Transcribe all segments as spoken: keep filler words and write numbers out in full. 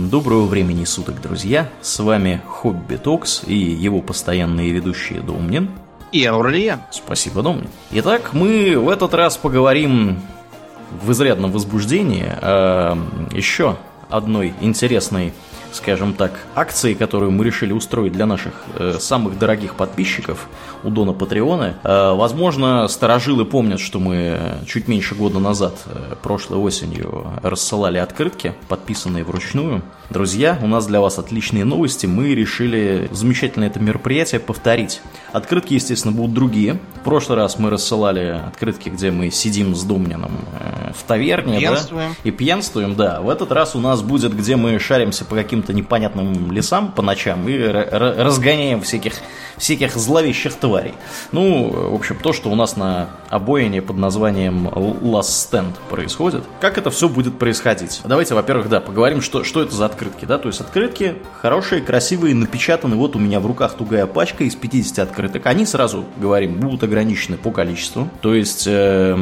Доброго времени суток, друзья! С вами Хобби Токс и его постоянные ведущие Домнин и Аурелия. Спасибо, Домнин. Итак, мы в этот раз поговорим в изрядном возбуждении о еще одной интересной, скажем так, акции, которую мы решили устроить для наших э, самых дорогих подписчиков у Дона Патреона. Э, возможно, старожилы помнят, что мы чуть меньше года назад, э, прошлой осенью, рассылали открытки, подписанные вручную. Друзья, у нас для вас отличные новости. Мы решили замечательное это мероприятие повторить. Открытки, естественно, будут другие. В прошлый раз мы рассылали открытки, где мы сидим с Домнином э, в таверне, пьянствуем. Да, и пьянствуем, да. В этот раз у нас будет, где мы шаримся по каким-то непонятным лесам по ночам и разгоняем всяких, всяких зловещих тварей. Ну, в общем, то, что у нас на обоине под названием Last Stand происходит. Как это все будет происходить? Давайте, во-первых, да, поговорим, что, что это за открытки, да, то есть открытки хорошие, красивые, напечатаны, вот у меня в руках тугая пачка из пятидесяти открыток. Они, сразу говорим, будут ограничены по количеству, то есть э,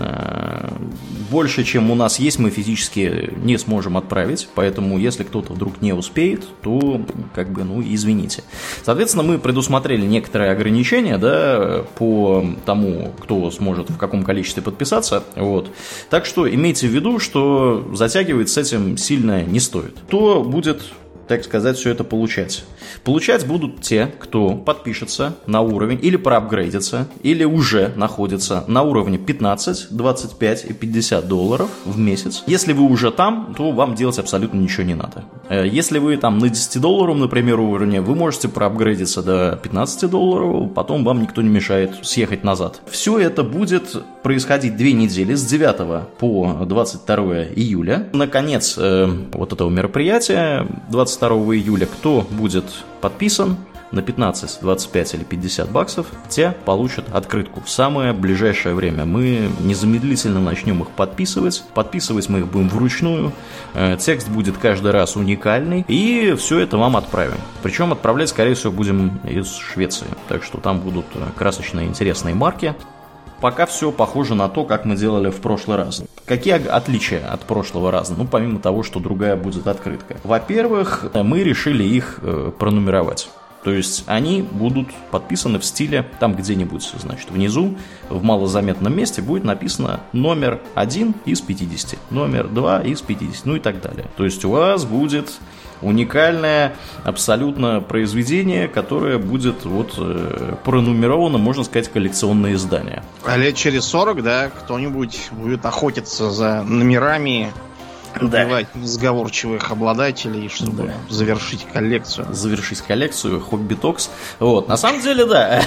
э, больше, чем у нас есть, мы физически не сможем отправить, поэтому если кто-то вдруг не успеет, то, как бы, ну, извините. Соответственно, мы предусмотрели некоторые ограничения, да, по тому, кто сможет в каком количестве подписаться, вот. Так что имейте в виду, что затягивать с этим сильно не стоит. Кто будет, так сказать, все это получать? Получать будут те, кто подпишется на уровень или проапгрейдится, или уже находится на уровне пятнадцать, двадцать пять и пятьдесят долларов в месяц. Если вы уже там, то вам делать абсолютно ничего не надо. Если вы там на десять долларов, например, уровне, вы можете проапгрейдиться до пятнадцати долларов, потом вам никто не мешает съехать назад. Все это будет происходить две недели, с девятого по двадцать второе июля. Наконец, э, вот этого мероприятия, двадцать второго июля, кто будет подписан на пятнадцать, двадцать пять или пятьдесят баксов, те получат открытку в самое ближайшее время. Мы незамедлительно начнем их подписывать. Подписывать мы их будем вручную. Текст будет каждый раз уникальный. И все это вам отправим. Причем отправлять, скорее всего, будем из Швеции. Так что там будут красочные, интересные марки. Пока все похоже на то, как мы делали в прошлый раз. Какие отличия от прошлого раза? Ну, помимо того, что другая будет открытка. Во-первых, мы решили их э, пронумеровать. То есть они будут подписаны в стиле, там где-нибудь, значит, внизу, в малозаметном месте будет написано номер один из пятидесяти, номер два из пятидесяти, ну и так далее. То есть у вас будет уникальное абсолютно произведение, которое будет вот э, пронумеровано, можно сказать, коллекционное издание. А лет через сорок, да, кто-нибудь будет охотиться за номерами, убивать да. несговорчивых обладателей, чтобы да. завершить коллекцию. Завершить коллекцию, Хобби Токс. Вот. На самом деле, да,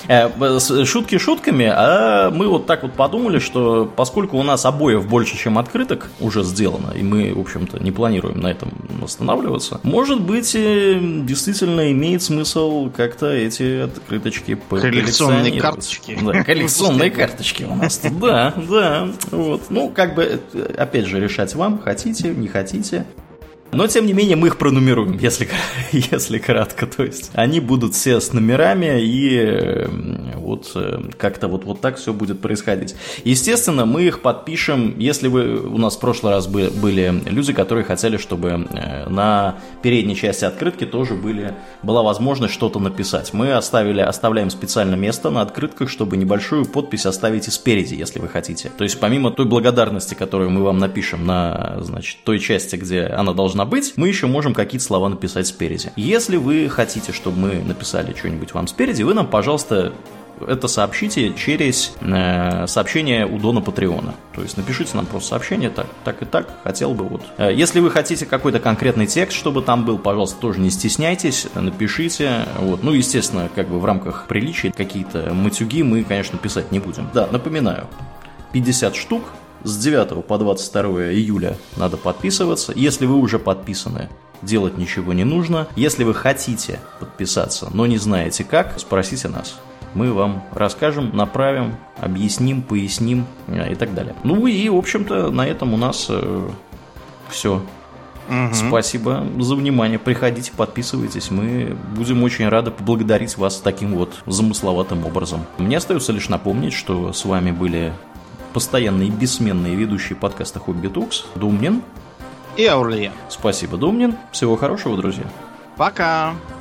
шутки шутками, а мы вот так вот подумали, что поскольку у нас обоев больше, чем открыток уже сделано, и мы, в общем-то, не планируем на этом останавливаться, может быть, действительно имеет смысл как-то эти открыточки коллекционные карточки. Да, коллекционные карточки у нас тут, да, да. Вот. Ну, как бы, опять же, решать вам, хотите, не хотите. Но, тем не менее, мы их пронумеруем, если, если кратко. То есть, они будут все с номерами, и вот как-то вот, вот так все будет происходить. Естественно, мы их подпишем, если вы... У нас в прошлый раз были люди, которые хотели, чтобы на передней части открытки тоже были, была возможность что-то написать. Мы оставили, оставляем специально место на открытках, чтобы небольшую подпись оставить и спереди, если вы хотите. То есть, помимо той благодарности, которую мы вам напишем на, значит, той части, где она должна быть, мы еще можем какие-то слова написать спереди. Если вы хотите, чтобы мы написали что-нибудь вам спереди, вы нам, пожалуйста, это сообщите через э, сообщение у Дона Патреона. То есть напишите нам просто сообщение, так, так и так, хотел бы вот. Если вы хотите какой-то конкретный текст, чтобы там был, пожалуйста, тоже не стесняйтесь, напишите. Вот. Ну, естественно, как бы в рамках приличия какие-то матюги мы, конечно, писать не будем. Да, напоминаю, пятьдесят штук. С девятого по двадцать второе июля надо подписываться. Если вы уже подписаны, делать ничего не нужно. Если вы хотите подписаться, но не знаете как, спросите нас. Мы вам расскажем, направим, объясним, поясним и так далее. Ну и, в общем-то, на этом у нас э, все. Угу. Спасибо за внимание. Приходите, подписывайтесь. Мы будем очень рады поблагодарить вас таким вот замысловатым образом. Мне остается лишь напомнить, что с вами были постоянные и бессменные ведущие подкаста Хобби Токс Домнин и Аурлиен. Спасибо, Думнин. Всего хорошего, друзья. Пока.